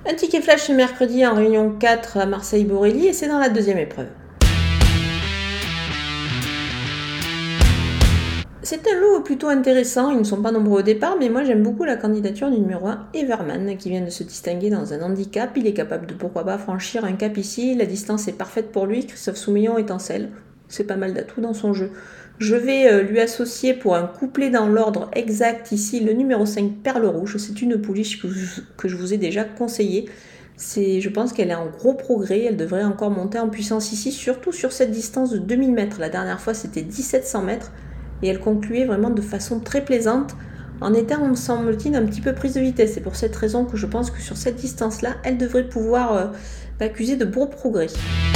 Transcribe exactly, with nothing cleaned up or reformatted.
Un ticket flash ce mercredi en réunion quatre à Marseille-Borelli et c'est dans la deuxième épreuve. C'est un lot plutôt intéressant, ils ne sont pas nombreux au départ, mais moi j'aime beaucoup la candidature du numéro un, Everman, qui vient de se distinguer dans un handicap. Il est capable de pourquoi pas franchir un cap ici, la distance est parfaite pour lui, Christophe Soumillon étincelle, c'est pas mal d'atouts dans son jeu. Je vais lui associer pour un couplet dans l'ordre exact ici le numéro cinq, Perle Rouge, c'est une pouliche que je vous ai déjà conseillée. C'est, je pense qu'elle est en gros progrès, elle devrait encore monter en puissance ici, surtout sur cette distance de deux mille mètres. La dernière fois c'était dix-sept cents mètres. Et elle concluait vraiment de façon très plaisante, en étant, me semble-t-il, un petit peu prise de vitesse. C'est pour cette raison que je pense que sur cette distance-là, elle devrait pouvoir euh, accuser de beaux progrès.